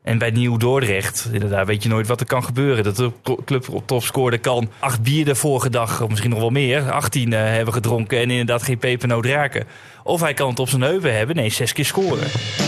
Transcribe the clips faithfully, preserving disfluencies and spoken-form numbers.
En bij Nieuw Dordrecht, inderdaad, weet je nooit wat er kan gebeuren. Dat de club topscorer kan acht bier de vorige dag, of misschien nog wel meer, achttien uh, hebben gedronken en inderdaad geen pepernoot raken. Of hij kan het op zijn heupen hebben, nee, zes keer scoren.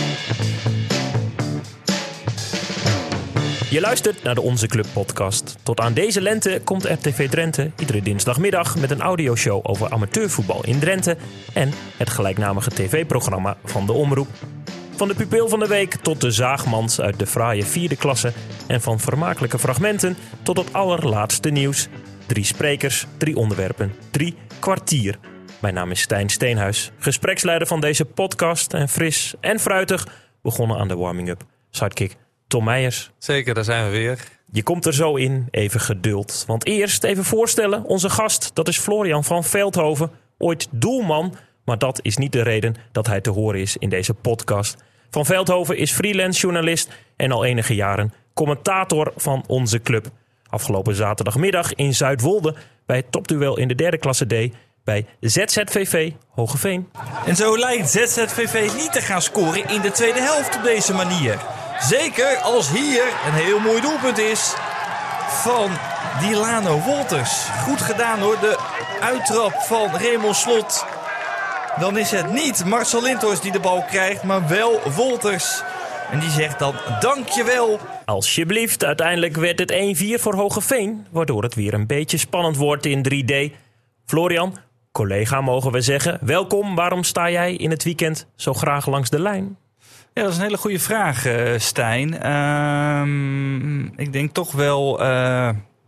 Je luistert naar de Onze Club podcast. Tot aan deze lente komt R T V Drenthe iedere dinsdagmiddag met een audioshow over amateurvoetbal in Drenthe en het gelijknamige tv-programma van de Omroep. Van de pupil van de week tot de zaagmans uit de fraaie vierde klasse en van vermakelijke fragmenten tot het allerlaatste nieuws. Drie sprekers, drie onderwerpen, drie kwartier. Mijn naam is Stijn Steenhuis, gespreksleider van deze podcast en fris en fruitig begonnen aan de warming-up. Sidekick Tom Meijers. Zeker, daar zijn we weer. Je komt er zo in, even geduld. Want eerst even voorstellen, onze gast, dat is Florian van Veldhoven, ooit doelman. Maar dat is niet de reden dat hij te horen is in deze podcast. Van Veldhoven is freelance journalist en al enige jaren commentator van Onze Club. Afgelopen zaterdagmiddag in Zuidwolde bij het topduel in de derde klasse D bij Z Z V V Hoogeveen. En zo lijkt Z Z V V niet te gaan scoren in de tweede helft op deze manier. Zeker als hier een heel mooi doelpunt is van Dilano Wolters. Goed gedaan hoor, de uittrap van Raymond Slot. Dan is het niet Marcel Linthorst die de bal krijgt, maar wel Wolters. En die zegt dan dankjewel. Alsjeblieft, uiteindelijk werd het één vier voor Hoogeveen, waardoor het weer een beetje spannend wordt in drie D. Florian, collega mogen we zeggen, welkom. Waarom sta jij in het weekend zo graag langs de lijn? Ja, dat is een hele goede vraag, uh, Stijn. Uh, ik denk toch wel uh,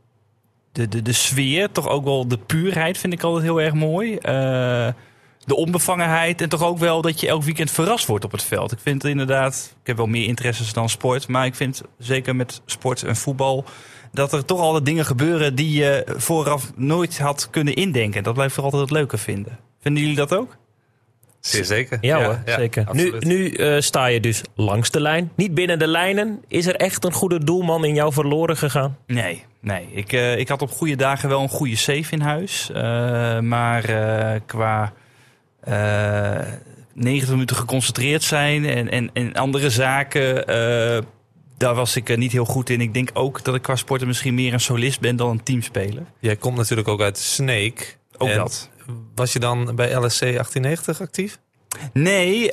de, de, de sfeer, toch ook wel de puurheid vind ik altijd heel erg mooi. Uh, de onbevangenheid en toch ook wel dat je elk weekend verrast wordt op het veld. Ik vind het inderdaad, ik heb wel meer interesses dan sport, maar ik vind zeker met sport en voetbal dat er toch altijd dingen gebeuren die je vooraf nooit had kunnen indenken. Dat blijft er altijd het leuke vinden. Vinden jullie dat ook? Zeer zeker. Ja, ja hoor, ja, zeker. Nu, nu uh, sta je dus langs de lijn, niet binnen de lijnen. Is er echt een goede doelman in jou verloren gegaan? Nee, nee. Ik, uh, ik had op goede dagen wel een goede save in huis. Uh, maar uh, qua uh, negentig minuten geconcentreerd zijn en, en, en andere zaken, uh, daar was ik uh, niet heel goed in. Ik denk ook dat ik qua sporten misschien meer een solist ben dan een teamspeler. Jij komt natuurlijk ook uit Sneek. Ook en dat. Was je dan bij L S C achttien negentig actief? Nee,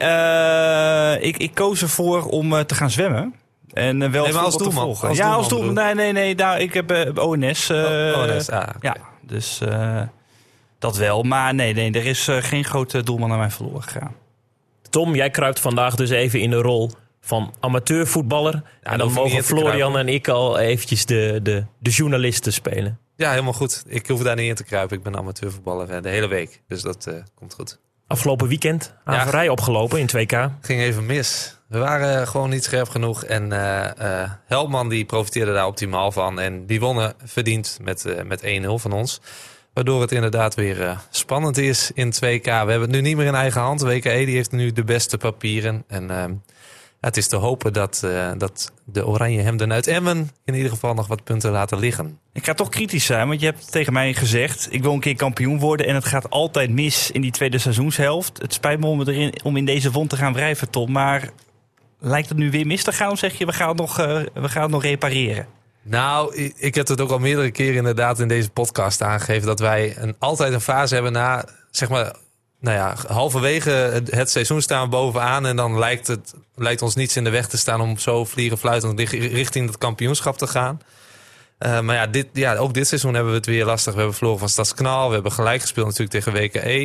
uh, ik, ik koos ervoor om uh, te gaan zwemmen. En uh, wel nee, maar als doelman, te volgen. als ja, doelman als doelman. Nee, nee, nee. Nou, ik heb uh, O N S. Uh, oh, O N S, ah, okay. Ja, dus uh, dat wel. Maar nee, nee, er is uh, geen grote doelman aan mij verloren gegaan. Tom, jij kruipt vandaag dus even in de rol van amateurvoetballer. Ja, en dan mogen Florian en ik al eventjes de, de, de journalisten spelen. Ja, helemaal goed. Ik hoef daar niet in te kruipen. Ik ben amateurvoetballer de hele week. Dus dat uh, komt goed. Afgelopen weekend averij ja, opgelopen in twee K. Ging even mis. We waren gewoon niet scherp genoeg. En uh, uh, Helpman die profiteerde daar optimaal van. En die wonnen verdiend met, uh, met één nul van ons. Waardoor het inderdaad weer uh, spannend is in twee K. We hebben het nu niet meer in eigen hand. W K E die heeft nu de beste papieren. En uh, het is te hopen dat, uh, dat de oranje hemden uit Emmen in ieder geval nog wat punten laten liggen. Ik ga toch kritisch zijn, want je hebt tegen mij gezegd, ik wil een keer kampioen worden en het gaat altijd mis in die tweede seizoenshelft. Het spijt me om, erin, om in deze wond te gaan wrijven, Tom, maar lijkt het nu weer mis te gaan of zeg je we gaan het nog, uh, we gaan het nog repareren? Nou, ik, ik heb het ook al meerdere keren inderdaad in deze podcast aangegeven dat wij een, altijd een fase hebben na, zeg maar, nou ja, halverwege het, het seizoen staan we bovenaan en dan lijkt het lijkt ons niets in de weg te staan om zo vliegen fluitend richting het kampioenschap te gaan. Uh, maar ja, dit, ja, ook dit seizoen hebben we het weer lastig. We hebben verloren van Stadskanaal. We hebben gelijk gespeeld natuurlijk tegen W K E.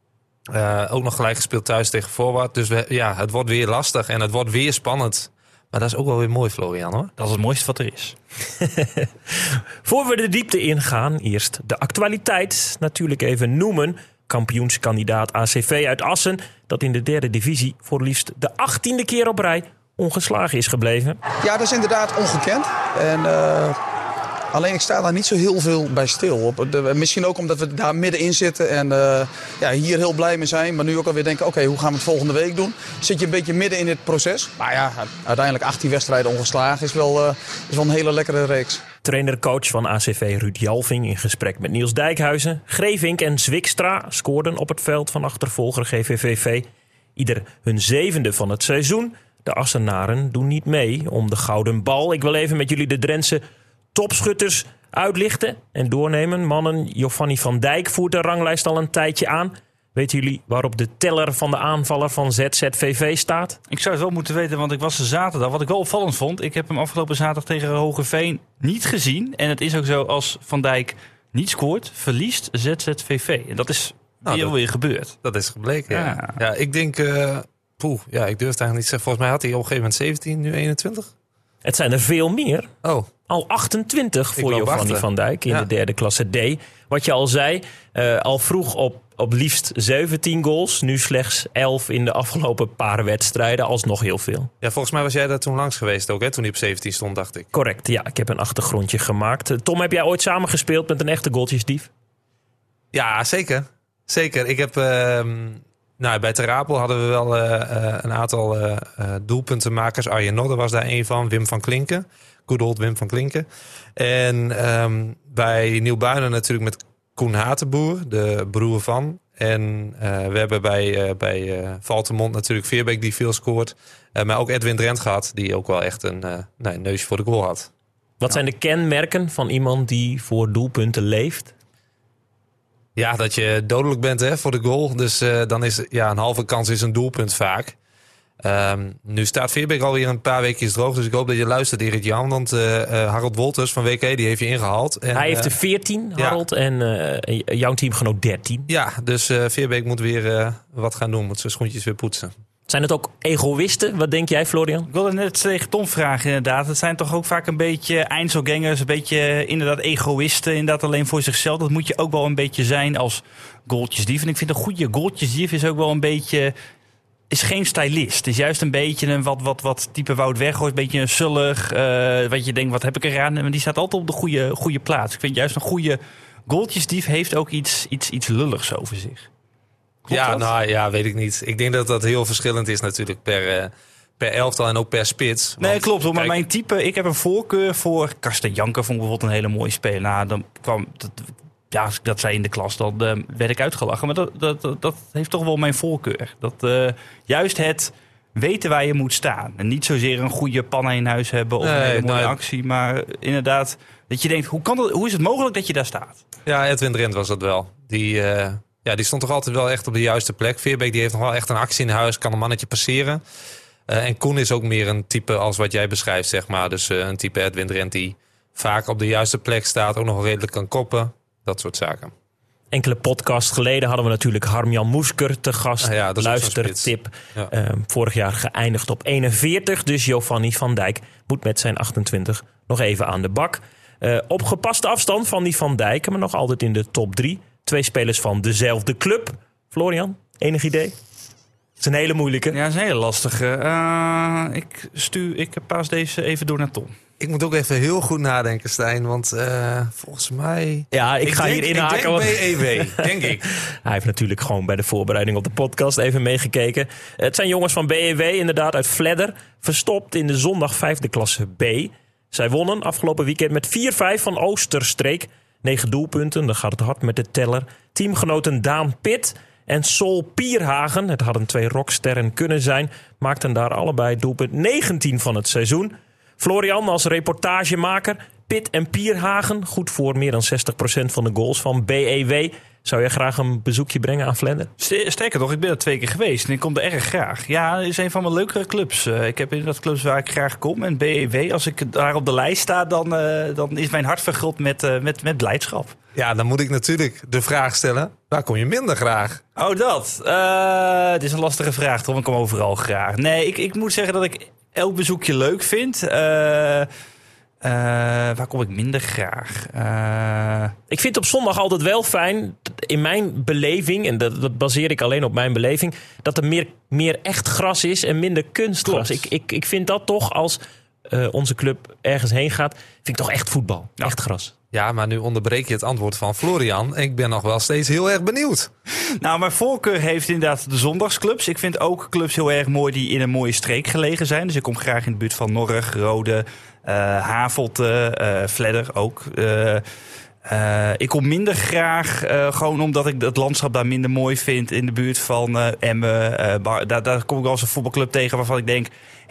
Uh, ook nog gelijk gespeeld thuis tegen Voorwaard. Dus we, ja, het wordt weer lastig en het wordt weer spannend. Maar dat is ook wel weer mooi, Florian, hoor. Dat is het mooiste wat er is. Voor we de diepte ingaan, eerst de actualiteit natuurlijk even noemen. Kampioenskandidaat A C V uit Assen, dat in de derde divisie voor liefst de achttiende keer op rij ongeslagen is gebleven. Ja, dat is inderdaad ongekend. En, uh, alleen ik sta daar niet zo heel veel bij stil. Op de, misschien ook omdat we daar middenin zitten en uh, ja, hier heel blij mee zijn. Maar nu ook alweer denken, oké, okay, hoe gaan we het volgende week doen? Zit je een beetje midden in dit proces. Maar ja, uiteindelijk achttien wedstrijden ongeslagen is wel, uh, is wel een hele lekkere reeks. Trainer-coach van A C V Ruud Jalving in gesprek met Niels Dijkhuizen. Grevink en Zwikstra scoorden op het veld van achtervolger G V V V. Ieder hun zevende van het seizoen. De Assenaren doen niet mee om de gouden bal. Ik wil even met jullie de Drentse topschutters uitlichten en doornemen. Mannen, Giovanni van Dijk voert de ranglijst al een tijdje aan. Weten jullie waarop de teller van de aanvaller van Z Z V V staat? Ik zou het wel moeten weten, want ik was er zaterdag. Wat ik wel opvallend vond, ik heb hem afgelopen zaterdag tegen Hoogeveen niet gezien. En het is ook zo, als Van Dijk niet scoort, verliest Z Z V V. En dat is Nou, weer dat- weer gebeurd. Dat is gebleken, ja. Ja. Ja, ik denk... Uh, poeh, ja, ik durf het eigenlijk niet te zeggen. Volgens mij had hij op een gegeven moment zeventien, nu eenentwintig. Het zijn er veel meer. Oh, Al achtentwintig voor loop Giovanni achter. van Dijk in Ja. de derde klasse D. Wat je al zei, uh, al vroeg op, op liefst zeventien goals. Nu slechts elf in de afgelopen paar wedstrijden. Alsnog heel veel. ja, volgens mij was jij daar toen langs geweest ook, hè? Toen hij op zeventien stond, dacht ik. Correct, ja. Ik heb een achtergrondje gemaakt. Uh, Tom, heb jij ooit samengespeeld met een echte goaltjesdief? Ja, zeker. Zeker. Ik heb... ehm, nou, bij Ter Apel hadden we wel uh, uh, een aantal uh, uh, doelpuntenmakers. Arjen Nodder was daar een van. Wim van Klinken. Good old Wim van Klinken. En um, bij Nieuwbuinen natuurlijk met Koen Hatenboer, de broer van. En uh, we hebben bij, uh, bij uh, Valtemont natuurlijk Veerbeek die veel scoort. Uh, maar ook Edwin Drent gehad, die ook wel echt een uh, nee, neusje voor de goal had. Wat zijn de kenmerken van iemand die voor doelpunten leeft? Ja, dat je dodelijk bent, hè, voor de goal. Dus uh, dan is ja, een halve kans is een doelpunt vaak. Um, nu staat Veerbeek alweer een paar weekjes droog. Dus ik hoop dat je luistert, Erik Jan. Want uh, uh, Harold Wolters van W K die heeft je ingehaald. En, Hij heeft uh, er veertien, Harold. Ja. En uh, jouw teamgenoot dertien. Ja, dus uh, Veerbeek moet weer uh, wat gaan doen. Moet zijn schoentjes weer poetsen. Zijn het ook egoïsten? Wat denk jij, Florian? Ik wilde net tegen Tom vragen, inderdaad. Het zijn toch ook vaak een beetje Einzelgangers, een beetje inderdaad egoïsten, inderdaad alleen voor zichzelf. Dat moet je ook wel een beetje zijn als goaltjesdief. En ik vind een goede goaltjesdief is ook wel een beetje, is geen stylist. Is juist een beetje een wat, wat, wat type Wout Weghorst, een beetje een sullig. Uh, wat je denkt, wat heb ik eraan? Maar die staat altijd op de goede, goede plaats. Ik vind juist een goede goaltjesdief heeft ook iets, iets, iets lulligs over zich. Klopt ja, dat? nou ja, weet ik niet. Ik denk dat dat heel verschillend is natuurlijk per, uh, per elftal en ook per spits. Nee, Want, klopt. Maar kijk, mijn type, ik heb een voorkeur voor Karsten Janker. Vond ik bijvoorbeeld een hele mooie speler. Nou, dan kwam, dat, ja, als ik dat zei in de klas, dan uh, werd ik uitgelachen. Maar dat, dat, dat, dat heeft toch wel mijn voorkeur. Dat uh, juist het weten waar je moet staan. En niet zozeer een goede panna in huis hebben of Nee, een hele mooie nou, actie. Maar inderdaad, dat je denkt, hoe, kan dat, hoe is het mogelijk dat je daar staat? Ja, Edwin Drent was dat wel. Die, uh, ja, die stond toch altijd wel echt op de juiste plek. Veerbeek die heeft nog wel echt een actie in huis, kan een mannetje passeren. Uh, en Koen is ook meer een type als wat jij beschrijft, zeg maar. Dus uh, een type Edwin Drent die vaak op de juiste plek staat, ook nog redelijk kan koppen. Dat soort zaken. Enkele podcasts geleden hadden we natuurlijk Harmjan Moesker te gast. Ah ja, dat is Luistertip. Ja. Uh, vorig jaar geëindigd op eenenveertig. Dus Giovanni van Dijk moet met zijn achtentwintig nog even aan de bak. Uh, op gepaste afstand van die Van Dijk, maar nog altijd in de top drie. Twee spelers van dezelfde club. Florian, enig idee? Het is een hele moeilijke. Ja, dat is een hele lastige. Uh, ik, stuur, ik paas deze even door naar Tom. Ik moet ook even heel goed nadenken, Stijn. Want uh, volgens mij... Ja, ik, ik ga denk, hier inhaken. Ik denk want... B E W, denk ik. Hij heeft natuurlijk gewoon bij de voorbereiding op de podcast even meegekeken. Het zijn jongens van B E W, inderdaad uit Vledder. Verstopt in de zondag vijfde klasse B. Zij wonnen afgelopen weekend met vier vijf van Oosterstreek. Negen doelpunten, dan gaat het hard met de teller. Teamgenoten Daan Pitt en Sol Pierhagen, het hadden twee rocksterren kunnen zijn, maakten daar allebei doelpunt negentien van het seizoen. Florian als reportagemaker, Pitt en Pierhagen, goed voor meer dan zestig procent van de goals van B E W. Zou jij graag een bezoekje brengen aan Vlender? Sterker nog, ik ben er twee keer geweest en ik kom er erg graag. Ja, het is een van mijn leukere clubs. Uh, ik heb inderdaad clubs waar ik graag kom. En B E W, als ik daar op de lijst sta, dan, uh, dan is mijn hart verguld met, uh, met, met blijdschap. Ja, dan moet ik natuurlijk de vraag stellen, waar kom je minder graag? Oh, dat. Uh, het is een lastige vraag, toch? Ik kom overal graag. Nee, ik, ik moet zeggen dat ik elk bezoekje leuk vind. Uh, Uh, waar kom ik minder graag? Uh... Ik vind op zondag altijd wel fijn, in mijn beleving, en dat, dat baseer ik alleen op mijn beleving, dat er meer, meer echt gras is en minder kunstgras. Ik, ik, ik vind dat toch, als uh, onze club ergens heen gaat, vind ik toch echt voetbal. Ja. Echt gras. Ja, maar nu onderbreek je het antwoord van Florian. Ik ben nog wel steeds heel erg benieuwd. Nou, mijn voorkeur heeft inderdaad de zondagsclubs. Ik vind ook clubs heel erg mooi die in een mooie streek gelegen zijn. Dus ik kom graag in de buurt van Norg, Rode, uh, Havelte, uh, Vledder ook. Uh, uh, ik kom minder graag, uh, gewoon omdat ik het landschap daar minder mooi vind, in de buurt van uh, Emmen. Uh, Bar- daar, daar kom ik wel eens een voetbalclub tegen waarvan ik denk,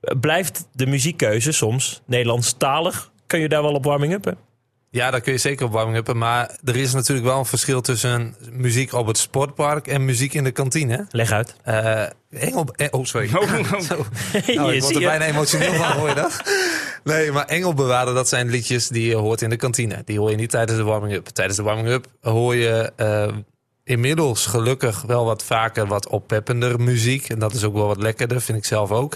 Blijft de muziekkeuze soms Nederlandstalig? Kun je daar wel op warming-uppen? Ja, daar kun je zeker op warming-uppen. Maar er is natuurlijk wel een verschil tussen muziek op het sportpark en muziek in de kantine. Leg uit. Uh, Engel... Oh, sorry. Oh, oh. Nou, ik word er bijna emotioneel van, hoor je dat? Nee, maar Engelbewaarder, dat zijn liedjes die je hoort in de kantine. Die hoor je niet tijdens de warming-up. Tijdens de warming-up hoor je uh, inmiddels gelukkig wel wat vaker wat oppeppender muziek. En dat is ook wel wat lekkerder, vind ik zelf ook.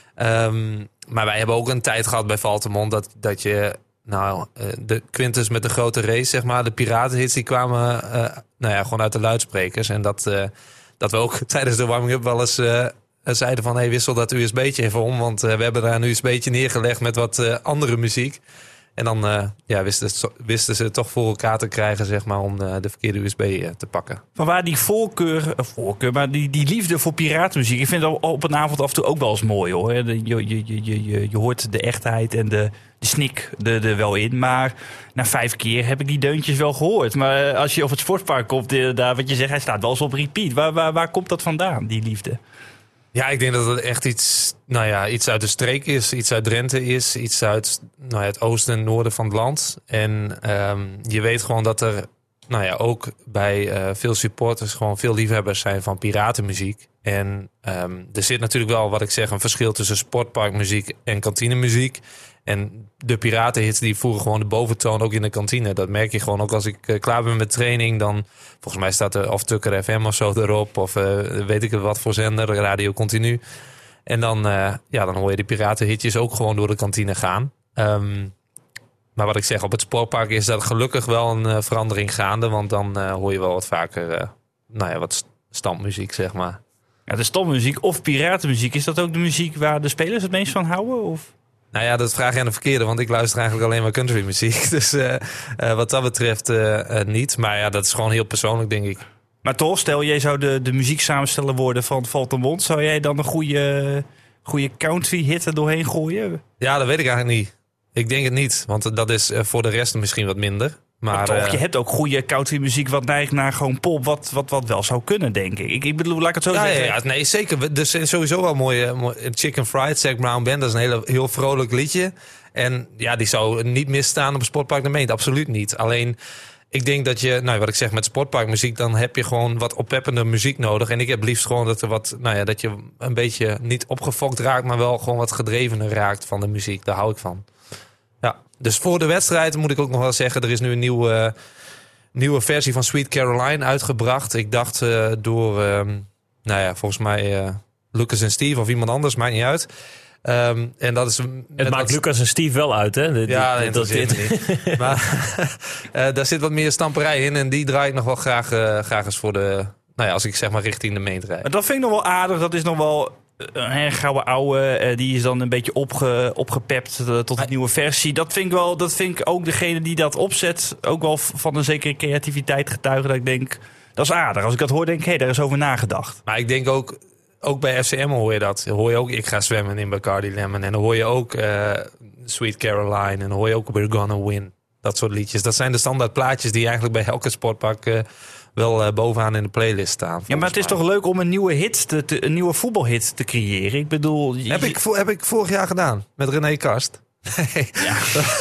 Um, maar wij hebben ook een tijd gehad bij Valtemont dat, dat je... Nou, de Quintus met de grote race, zeg maar. De piratenhits, die kwamen uh, nou ja, gewoon uit de luidsprekers. En dat, uh, dat we ook tijdens de warming-up wel eens uh, zeiden van... hey, wissel dat U S B'tje even om, want uh, we hebben daar een U S B'tje neergelegd met wat uh, andere muziek. En dan uh, ja, wisten, wisten ze het toch voor elkaar te krijgen, zeg maar, om de, de verkeerde U S B uh, te pakken. Vanwaar die voorkeur, uh, voorkeur maar die, die liefde voor piratenmuziek. Ik vind het op een avond af en toe ook wel eens mooi, hoor. Je, je, je, je, je, je hoort de echtheid en de, de snik er, er wel in. Maar na vijf keer heb ik die deuntjes wel gehoord. Maar als je op het sportpark komt, daar wat je zegt, hij staat wel eens op repeat. Waar, waar, waar komt dat vandaan, die liefde? Ja, ik denk dat het echt iets, nou ja, iets uit de streek is. Iets uit Drenthe is. Iets uit nou ja, het oosten en noorden van het land. En um, je weet gewoon dat er nou ja, ook bij uh, veel supporters gewoon veel liefhebbers zijn van piratenmuziek. En um, er zit natuurlijk wel, wat ik zeg, een verschil tussen sportparkmuziek en kantinemuziek. En de piratenhits die voeren gewoon de boventoon ook in de kantine. Dat merk je gewoon ook als ik uh, klaar ben met training. Dan volgens mij staat er of Tukker F M of zo erop. Of uh, weet ik wat voor zender, Radio Continu. En dan, uh, ja, dan hoor je die piratenhitjes ook gewoon door de kantine gaan. Um, maar wat ik zeg, op het sportpark is dat gelukkig wel een uh, verandering gaande. Want dan uh, hoor je wel wat vaker uh, nou ja, wat standmuziek, zeg maar. Ja, de standmuziek of piratenmuziek, is dat ook de muziek waar de spelers het meest van houden? Of? Nou ja, dat vraag je aan de verkeerde, want ik luister eigenlijk alleen maar countrymuziek. Dus uh, uh, wat dat betreft uh, uh, niet. Maar ja, dat is gewoon heel persoonlijk, denk ik. Maar toch, stel jij zou de, de muziek samensteller worden van Valtemont, zou jij dan een goede, goede country hit er doorheen gooien? Ja, dat weet ik eigenlijk niet. Ik denk het niet, want dat is uh, voor de rest misschien wat minder. Maar, maar toch, uh, je hebt ook goede countrymuziek wat neigt naar gewoon pop, wat, wat, wat wel zou kunnen, denk ik. Ik, ik bedoel, laat ik het zo ja, zeggen. Ja, ja, nee, zeker. Er zijn sowieso wel mooie, mooie Chicken Fried, Zac Brown Band. Dat is een hele, heel vrolijk liedje. En ja, die zou niet misstaan op een sportpark. Dat meent absoluut niet. Alleen, ik denk dat je, nou wat ik zeg met sportparkmuziek, dan heb je gewoon wat oppeppende muziek nodig. En ik heb liefst gewoon dat er wat, nou ja, dat je een beetje niet opgefokt raakt, maar wel gewoon wat gedrevener raakt van de muziek. Daar hou ik van. Ja, dus voor de wedstrijd moet ik ook nog wel zeggen, er is nu een nieuwe, nieuwe versie van Sweet Caroline uitgebracht. Ik dacht uh, door, um, nou ja, volgens mij uh, Lucas en Steve of iemand anders, maakt niet uit. Um, en dat is het maakt wat... Lucas en Steve wel uit, hè? De, ja, die, dat is niet. Maar uh, daar zit wat meer stamperij in en die draai ik nog wel graag, uh, graag eens voor de, nou ja, als ik zeg maar richting de main rijd. Dat vind ik nog wel aardig. Dat is nog wel een gouden ouwe, uh, die is dan een beetje opge, opgepept uh, tot een nieuwe versie. Dat vind ik wel, dat vind ik ook degene die dat opzet ook wel van een zekere creativiteit getuigen. Dat ik denk, dat is aardig. Als ik dat hoor, denk ik, hé, hey, daar is over nagedacht. Maar ik denk ook, ook bij F C M hoor je dat. Dan hoor je ook, ik ga zwemmen in Bacardi Lemon. En dan hoor je ook uh, Sweet Caroline. En dan hoor je ook We're Gonna Win. Dat soort liedjes. Dat zijn de standaard plaatjes die eigenlijk bij elke sportpark uh, wel uh, bovenaan in de playlist staan. Ja, maar het is mij. toch leuk om een nieuwe hit, te, te, een nieuwe voetbalhit te creëren? Ik bedoel... Je, heb, ik, heb ik vorig jaar gedaan. Met René Karst. Nee. Ja.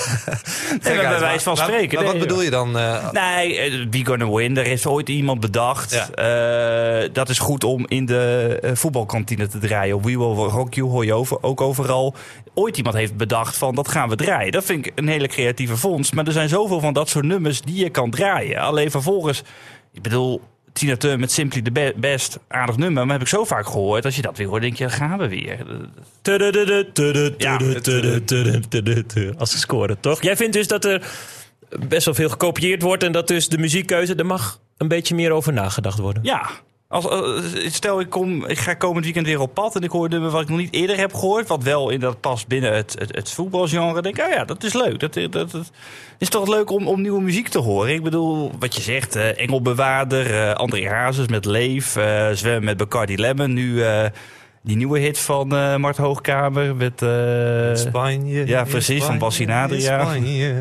Nee, bij wijze van spreken. Maar, maar nee, wat bedoel je dan? Uh... Nee, uh, We Gonna Win. Er heeft ooit iemand bedacht. Ja. Uh, dat is goed om in de uh, voetbalkantine te draaien. We Will Rock You hoor je over, ook overal. Ooit iemand heeft bedacht van, dat gaan we draaien. Dat vind ik een hele creatieve vondst. Maar er zijn zoveel van dat soort nummers die je kan draaien. Alleen vervolgens, ik bedoel... Tina Turner met Simply the Best, aardig nummer, maar heb ik zo vaak gehoord. Als je dat weer hoort, denk je, dan gaan we weer. Ja. Als ze scoren, toch? Jij vindt dus dat er best wel veel gekopieerd wordt en dat dus de muziekkeuze, er mag een beetje meer over nagedacht worden. Ja. Als, stel, ik, kom, ik ga komend weekend weer op pad en ik hoor nummer wat ik nog niet eerder heb gehoord, wat wel in dat past binnen het, het, het voetbalgenre. Denk ik, oh ja, dat is leuk. Dat, dat, dat is toch leuk om, om nieuwe muziek te horen. Ik bedoel, wat je zegt, uh, Engelbewaarder, uh, André Hazes met Leef, uh, Zwemmen met Bacardi Lemon, nu uh, die nieuwe hit van uh, Mart Hoogkamer met... Uh, Spanje. Ja, precies, Spanje, van Bassi Nadria.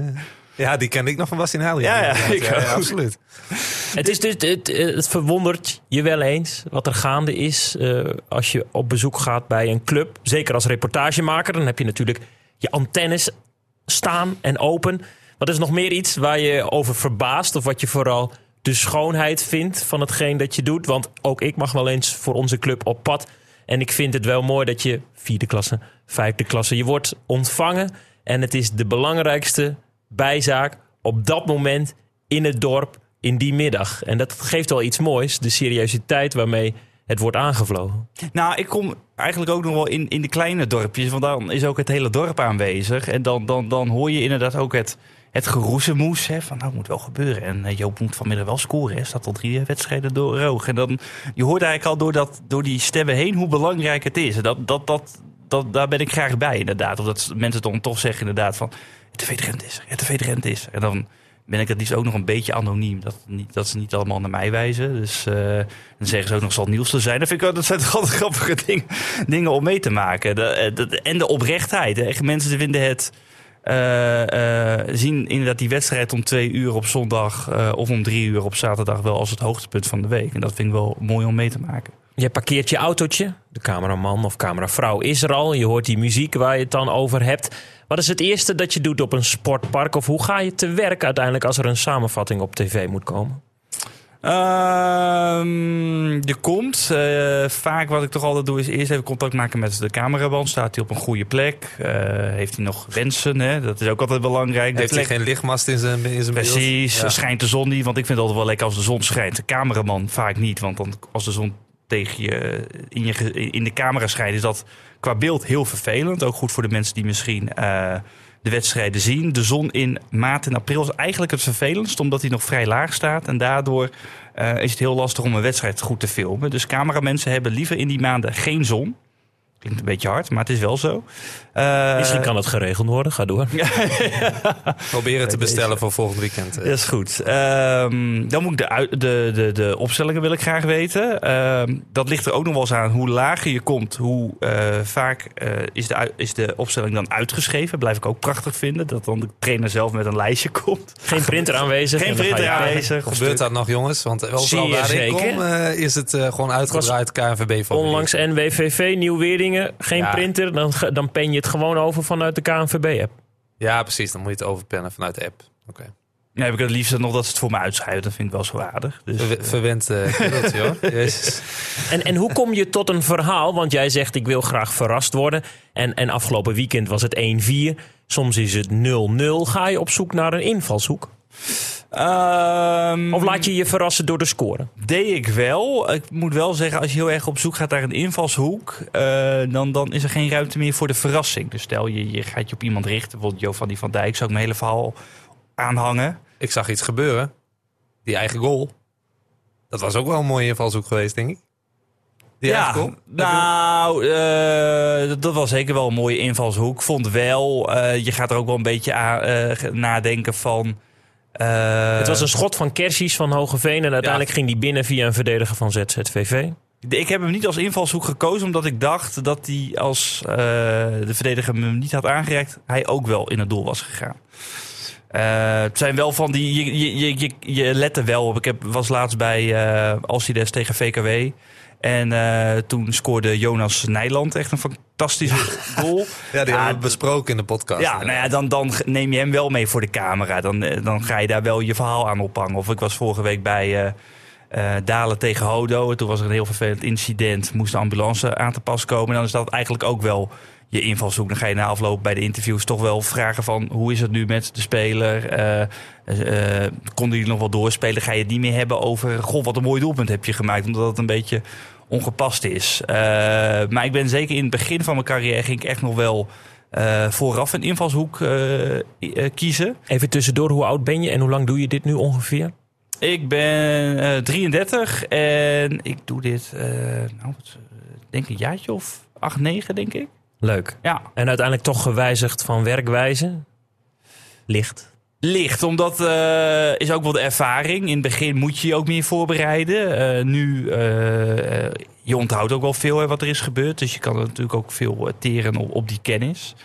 Ja, die ken ik nog van Bastien Adriaan. Ja, ja, inderdaad. ik ja, ja, ook. absoluut. Het, is dus, het, het verwondert je wel eens wat er gaande is uh, als je op bezoek gaat bij een club. Zeker als reportagemaker. Dan heb je natuurlijk je antennes staan en open. Wat is nog meer iets waar je over verbaast? Of wat je vooral de schoonheid vindt van hetgeen dat je doet? Want ook ik mag wel eens voor onze club op pad. En ik vind het wel mooi dat je vierde klasse, vijfde klasse, je wordt ontvangen. En het is de belangrijkste bijzaak op dat moment in het dorp in die middag. En dat geeft wel iets moois, de seriositeit waarmee het wordt aangevlogen. Nou, ik kom eigenlijk ook nog wel in, in de kleine dorpjes, want dan is ook het hele dorp aanwezig. En dan, dan, dan hoor je inderdaad ook het, het geroezemoes, hè, van nou, het moet wel gebeuren. En uh, Joop moet vanmiddag wel scoren, hè, staat al drie wedstrijden door roog. En dan, je hoort eigenlijk al door, dat, door die stemmen heen hoe belangrijk het is. En dat, dat, dat, dat, daar ben ik graag bij, inderdaad. Of dat mensen dan toch zeggen, inderdaad, van T V Drenthe is er, T V Drenthe is er. En dan ben ik het liefst ook nog een beetje anoniem. Dat, niet, dat ze niet allemaal naar mij wijzen. Dus uh, dan zeggen ze ook nog, zal het nieuws te zijn. Dat, vind ik, ook- dat zijn toch altijd grappige dingen, dingen om mee te maken. De, de, en de oprechtheid. Hè. Echt, mensen vinden het uh, uh, zien inderdaad die wedstrijd om twee uur op zondag uh, of om drie uur op zaterdag wel als het hoogtepunt van de week. En dat vind ik wel mooi om mee te maken. Je parkeert je autootje. De cameraman of cameravrouw is er al. Je hoort die muziek waar je het dan over hebt. Wat is het eerste dat je doet op een sportpark? Of hoe ga je te werk uiteindelijk als er een samenvatting op tv moet komen? Um, je komt. Uh, vaak wat ik toch altijd doe is eerst even contact maken met de cameraman. Staat hij op een goede plek? Uh, heeft hij nog wensen? Hè? Dat is ook altijd belangrijk. Heeft De hij plek- geen lichtmast in zijn, in zijn beeld? Precies. Ja. Schijnt de zon niet? Want ik vind het altijd wel lekker als de zon schijnt. De cameraman vaak niet. Want dan, als de zon tegen je in, je ge- in de camera schijnt, is dat qua beeld heel vervelend. Ook goed voor de mensen die misschien uh, de wedstrijden zien. De zon in maart en april is eigenlijk het vervelendst, omdat hij nog vrij laag staat. En daardoor uh, is het heel lastig om een wedstrijd goed te filmen. Dus cameramensen hebben liever in die maanden geen zon. Klinkt een beetje hard, maar het is wel zo. Uh, Misschien kan het geregeld worden. Ga door. Probeer het te bestellen voor volgend weekend. Dat is goed. Um, dan moet ik de, uit- de, de, de opstellingen wil ik graag weten. Um, dat ligt er ook nog wel eens aan. Hoe lager je komt, hoe uh, vaak uh, is, de, ui- is de opstelling dan uitgeschreven. Blijf ik ook prachtig vinden. Dat dan de trainer zelf met een lijstje komt. Geen printer aanwezig. Geen En dan ga printer je- aanwezig. Gebeurt dat nog, jongens? Want overal Zeer waar ik zeker. kom uh, is het uh, gewoon uitgebreid K N V B van. Onlangs N W V V, Nieuw-Weerdingen. Geen Ja. printer. Dan, ge- dan pen je het gewoon over vanuit de K N V B-app. Ja, precies. Dan moet je het overpennen vanuit de app. Oké. Dan heb ik het liefst nog dat ze het voor me uitschrijven. Dat vind ik wel zo aardig. Dus, Verwe- Verwend uh, kindertje, hoor. Jezus. En, en hoe kom je tot een verhaal? Want jij zegt, ik wil graag verrast worden. En, en afgelopen weekend was het één vier. Soms is het nul nul. Ga je op zoek naar een invalshoek? Um, Of laat je je verrassen door de score? Deed ik wel. Ik moet wel zeggen, als je heel erg op zoek gaat naar een invalshoek, uh, dan, dan is er geen ruimte meer voor de verrassing. Dus stel je, je gaat je op iemand richten, bijvoorbeeld Giovanni van Dijk, zou ik mijn hele verhaal aanhangen. Ik zag iets gebeuren. Die eigen goal. Dat was ook wel een mooie invalshoek geweest, denk ik. Die eigen goal. nou, uh, dat- dat was zeker wel een mooie invalshoek. Vond wel, uh, je gaat er ook wel een beetje aan uh, nadenken van. Uh, Het was een schot van Kersies van Hogeveen. En uiteindelijk Ja. ging die binnen via een verdediger van Z Z V V. Ik heb hem niet als invalshoek gekozen, omdat ik dacht dat hij als uh, de verdediger hem niet had aangereikt, hij ook wel in het doel was gegaan. Uh, het zijn wel van die, je, je, je, je, je let er wel op. Ik heb, was laatst bij uh, Alcides tegen V K W. En uh, toen scoorde Jonas Nijland echt een fantastische goal. Ja, die Ja, hebben we besproken in de podcast. Ja, nou ja, dan, dan neem je hem wel mee voor de camera. Dan, eh, dan ga je daar wel je verhaal aan ophangen. Of ik was vorige week bij uh, uh, Dalen tegen Hodo. Toen was er een heel vervelend incident. Moest de ambulance aan te pas komen. En dan is dat eigenlijk ook wel je invalshoek. Dan ga je na afloop bij de interviews toch wel vragen van, hoe is het nu met de speler? Uh, uh, konden jullie nog wel doorspelen? Ga je het niet meer hebben over, goh, wat een mooi doelpunt heb je gemaakt. Omdat het een beetje ongepast is. Uh, maar ik ben zeker in het begin van mijn carrière ging ik echt nog wel uh, vooraf een invalshoek uh, uh, kiezen. Even tussendoor, hoe oud ben je en hoe lang doe je dit nu ongeveer? Ik ben uh, drieëndertig en ik doe dit, uh, nou, wat, uh, denk een jaartje of acht, negen, denk ik. Leuk. Ja. En uiteindelijk toch gewijzigd van werkwijze? Licht. Licht, omdat uh, is ook wel de ervaring. In het begin moet je je ook meer voorbereiden. Uh, nu, uh, uh, je onthoudt ook wel veel hè, wat er is gebeurd. Dus je kan er natuurlijk ook veel uh, teren op, op die kennis.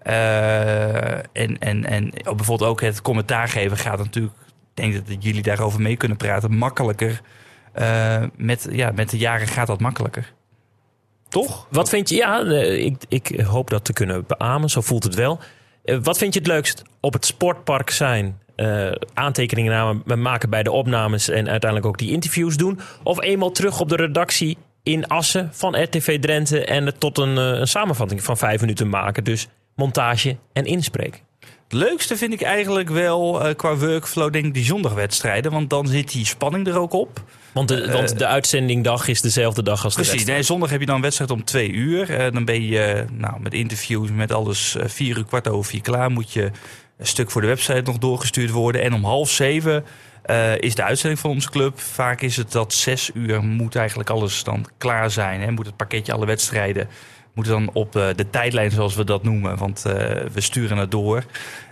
Uh, en, en, en bijvoorbeeld ook het commentaar geven gaat natuurlijk... Ik denk dat jullie daarover mee kunnen praten. Makkelijker. Uh, met, ja, met de jaren gaat dat makkelijker. Toch? Wat vind je... Ja, ik, ik hoop dat te kunnen beamen. Zo voelt het wel. Uh, wat vind je het leukst? Op het sportpark zijn... Uh, aantekeningen maken bij de opnames... en uiteindelijk ook die interviews doen? Of eenmaal terug op de redactie in Assen van R T V Drenthe... en het tot een, een samenvatting van vijf minuten maken? Dus montage en inspreken. Het leukste vind ik eigenlijk wel uh, qua workflow denk ik die zondagwedstrijden. Want dan zit die spanning er ook op. Want de, uh, want de uitzendingdag is dezelfde dag als de precies, wedstrijd. Nee, zondag heb je dan een wedstrijd om twee uur. Uh, dan ben je uh, nou, met interviews, met alles uh, vier uur, kwart over vier klaar. Moet je een stuk voor de website nog doorgestuurd worden. En om half zeven uh, is de uitzending van onze club. Vaak is het dat zes uur moet eigenlijk alles dan klaar zijn. Hè? Moet het pakketje, alle wedstrijden... moeten dan op uh, de tijdlijn, zoals we dat noemen. Want uh, we sturen het door.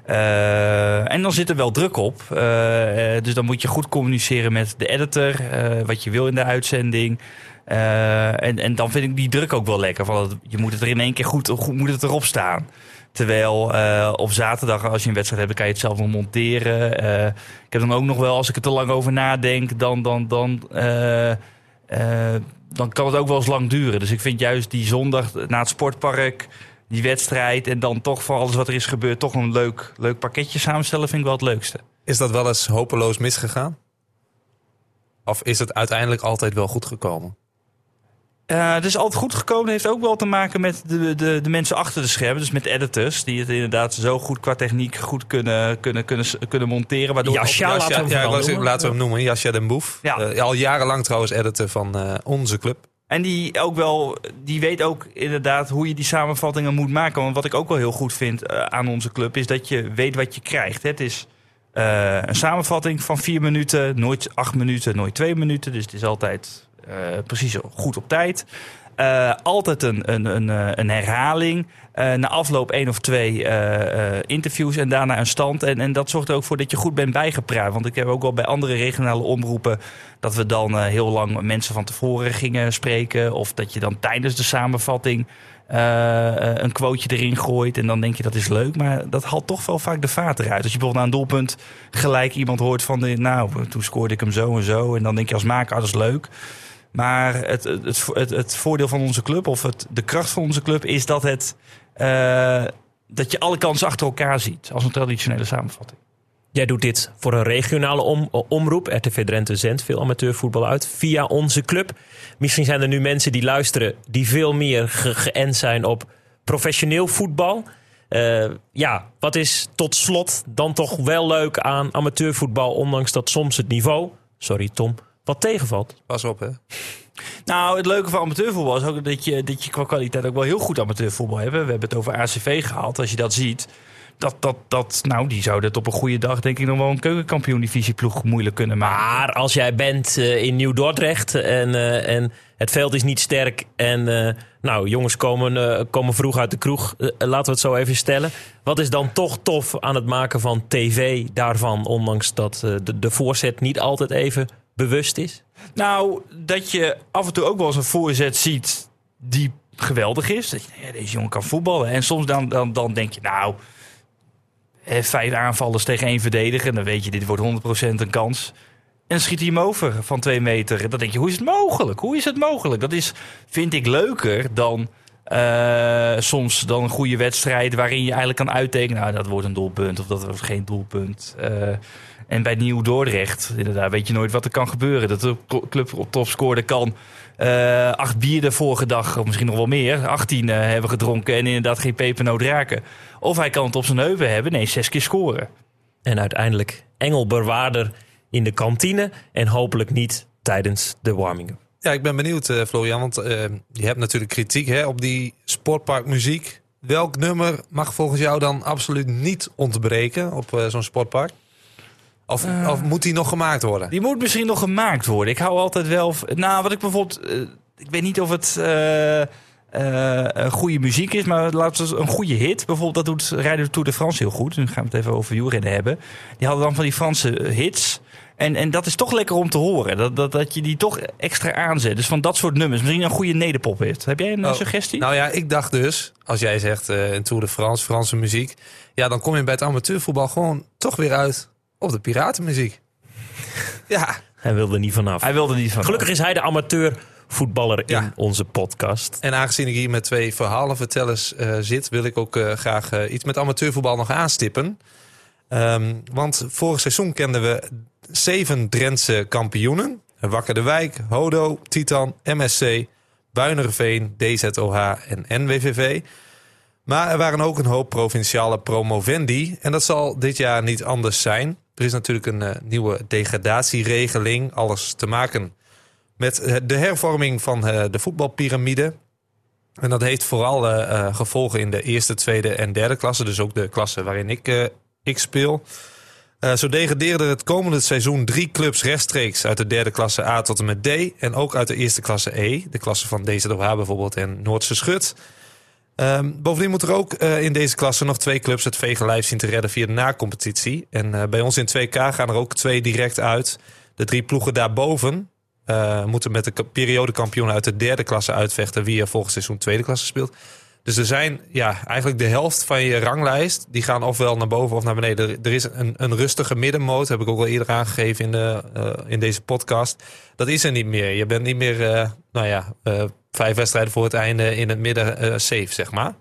Uh, en dan zit er wel druk op. Uh, uh, dus dan moet je goed communiceren met de editor. Uh, wat je wil in de uitzending. Uh, en, en dan vind ik die druk ook wel lekker. Van je moet het er in één keer goed, goed moet het erop staan. Terwijl uh, op zaterdag, als je een wedstrijd hebt, kan je het zelf nog monteren. Uh, ik heb dan ook nog wel, als ik er te lang over nadenk, dan... dan, dan uh, uh, dan kan het ook wel eens lang duren. Dus ik vind juist die zondag na het sportpark, die wedstrijd... en dan toch voor alles wat er is gebeurd... toch een leuk, leuk pakketje samenstellen vind ik wel het leukste. Is dat wel eens hopeloos misgegaan? Of is het uiteindelijk altijd wel goed gekomen? Uh, het is altijd goed gekomen. Het heeft ook wel te maken met de, de, de mensen achter de schermen. Dus met editors. Die het inderdaad zo goed qua techniek goed kunnen, kunnen, kunnen, kunnen monteren. Waardoor Jasja, Jasja, laten we hem, ja, ja, noemen. laten we hem noemen. Jasja Den Boef. Ja. Uh, al jarenlang trouwens editor van uh, onze club. En die ook wel, die weet ook inderdaad hoe je die samenvattingen moet maken. Want wat ik ook wel heel goed vind uh, aan onze club... is dat je weet wat je krijgt. Het is uh, een samenvatting van vier minuten. Nooit acht minuten, nooit twee minuten. Dus het is altijd... Uh, precies goed op tijd. Uh, altijd een, een, een, een herhaling. Uh, na afloop één of twee uh, uh, interviews en daarna een stand. En, en dat zorgt er ook voor dat je goed bent bijgepraat. Want ik heb ook wel bij andere regionale omroepen... dat we dan uh, heel lang mensen van tevoren gingen spreken. Of dat je dan tijdens de samenvatting uh, uh, een quoteje erin gooit. En dan denk je dat is leuk. Maar dat haalt toch wel vaak de vaat eruit. Als je bijvoorbeeld na een doelpunt gelijk iemand hoort van... De, nou, toen scoorde ik hem zo en zo. En dan denk je als maker, ah, dat is leuk. Maar het, het, het, het voordeel van onze club, of het, de kracht van onze club... is dat, het, uh, dat je alle kansen achter elkaar ziet. Als een traditionele samenvatting. Jij doet dit voor een regionale om, omroep. R T V Drenthe zendt veel amateurvoetbal uit via onze club. Misschien zijn er nu mensen die luisteren... die veel meer ge- geënt zijn op professioneel voetbal. Uh, ja, wat is tot slot dan toch wel leuk aan amateurvoetbal... ondanks dat soms het niveau... Sorry Tom... wat tegenvalt. Pas op, hè? Nou, het leuke van amateurvoetbal is ook dat je, dat je qua kwaliteit ook wel heel goed amateurvoetbal hebt. We hebben het over A C V gehaald. Als je dat ziet, dat, dat, dat, nou, die zouden het op een goede dag denk ik nog wel een keukenkampioen-divisieploeg moeilijk kunnen maken. Maar als jij bent uh, in Nieuw-Dordrecht en, uh, en het veld is niet sterk en uh, nou, jongens komen, uh, komen vroeg uit de kroeg, uh, laten we het zo even stellen. Wat is dan toch tof aan het maken van tv daarvan, ondanks dat uh, de, de voorzet niet altijd even bewust is? Nou, dat je af en toe ook wel eens een voorzet ziet die geweldig is. Dat je, ja, deze jongen kan voetballen. En soms dan, dan, dan denk je, nou, vijf aanvallers tegen één verdediger. Dan weet je, dit wordt honderd procent een kans. En dan schiet hij hem over van twee meter. Dan denk je, hoe is het mogelijk? Hoe is het mogelijk? Dat is, vind ik, leuker dan uh, soms dan een goede wedstrijd... waarin je eigenlijk kan uittekenen, nou, dat wordt een doelpunt of dat wordt geen doelpunt. Uh, En bij Nieuw-Dordrecht, inderdaad, weet je nooit wat er kan gebeuren. Dat de club op topscorer kan uh, acht bier de vorige dag, of misschien nog wel meer, achttien uh, hebben gedronken en inderdaad geen pepernoot raken. Of hij kan het op zijn heupen hebben, nee, zes keer scoren. En uiteindelijk engelbewaarder in de kantine en hopelijk niet tijdens de warming-up. Ja, ik ben benieuwd, uh, Florian, want uh, je hebt natuurlijk kritiek hè, op die sportparkmuziek. Welk nummer mag volgens jou dan absoluut niet ontbreken op uh, zo'n sportpark? Of, uh, of moet die nog gemaakt worden? Die moet misschien nog gemaakt worden. Ik hou altijd wel... Nou, wat ik bijvoorbeeld... Uh, ik weet niet of het... Uh, uh, een goede muziek is, maar laten we een goede hit. Bijvoorbeeld, dat doet Rijden de Tour de France heel goed. Nu gaan we het even over wielrennen hebben. Die hadden dan van die Franse hits. En, en dat is toch lekker om te horen. Dat, dat, dat je die toch extra aanzet. Dus van dat soort nummers. Misschien een goede nederpop hit. Heb jij een oh, suggestie? Nou ja, ik dacht dus, als jij zegt uh, in Tour de France, Franse muziek. Ja, dan kom je bij het amateurvoetbal gewoon toch weer uit op de piratenmuziek. Ja. Hij wilde niet vanaf. Hij wilde niet vanaf. Gelukkig is hij de amateurvoetballer Ja. in onze podcast. En aangezien ik hier met twee verhalenvertellers uh, zit, wil ik ook uh, graag uh, iets met amateurvoetbal nog aanstippen. Um, want vorig seizoen kenden we zeven Drentse kampioenen. Wakker de Wijk, Hodo, Titan, M S C, Buinerveen, D Z O H en N W V V. Maar er waren ook een hoop provinciale promovendi. En dat zal dit jaar niet anders zijn. Er is natuurlijk een uh, nieuwe degradatieregeling. Alles te maken met uh, de hervorming van uh, de voetbalpyramide. En dat heeft vooral uh, uh, gevolgen in de eerste, tweede en derde klasse. Dus ook de klasse waarin ik, uh, ik speel. Uh, zo degradeerden het komende seizoen drie clubs rechtstreeks uit de derde klasse A tot en met D. En ook uit de eerste klasse E. De klasse van D Z O H bijvoorbeeld en Noordse Schut. Um, bovendien moet er ook uh, in deze klasse nog twee clubs het vege lijf zien te redden via de na-competitie. En uh, bij ons in twee K gaan er ook twee direct uit. De drie ploegen daarboven uh, moeten met de periodekampioen uit de derde klasse uitvechten wie er volgend seizoen tweede klasse speelt. Dus er zijn ja, eigenlijk de helft van je ranglijst. Die gaan ofwel naar boven of naar beneden. Er, er is een, een rustige middenmoot. Heb ik ook al eerder aangegeven in, de, uh, in deze podcast. Dat is er niet meer. Je bent niet meer uh, nou ja, uh, vijf wedstrijden voor het einde in het midden uh, safe, zeg maar.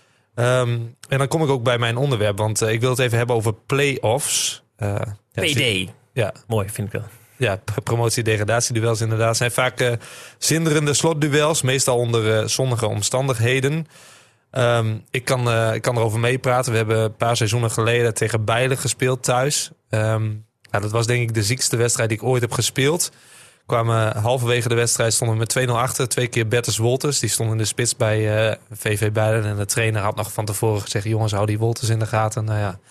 Um, en dan kom ik ook bij mijn onderwerp. Want uh, ik wil het even hebben over play-offs. Uh, P D. Ja, ja. Mooi, vind ik wel. Ja, promotie-degradatieduels inderdaad. Zijn vaak uh, zinderende slotduels. Meestal onder uh, zonnige omstandigheden. Um, ik, kan, uh, ik kan erover meepraten. We hebben een paar seizoenen geleden tegen Bijlen gespeeld thuis. Um, ja, dat was denk ik de ziekste wedstrijd die ik ooit heb gespeeld. Kwamen halverwege de wedstrijd stonden we met twee nul achter. Twee keer Bertus Wolters. Die stond in de spits bij uh, V V Bijlen. En de trainer had nog van tevoren gezegd: jongens, hou die Wolters in de gaten. Nou ja.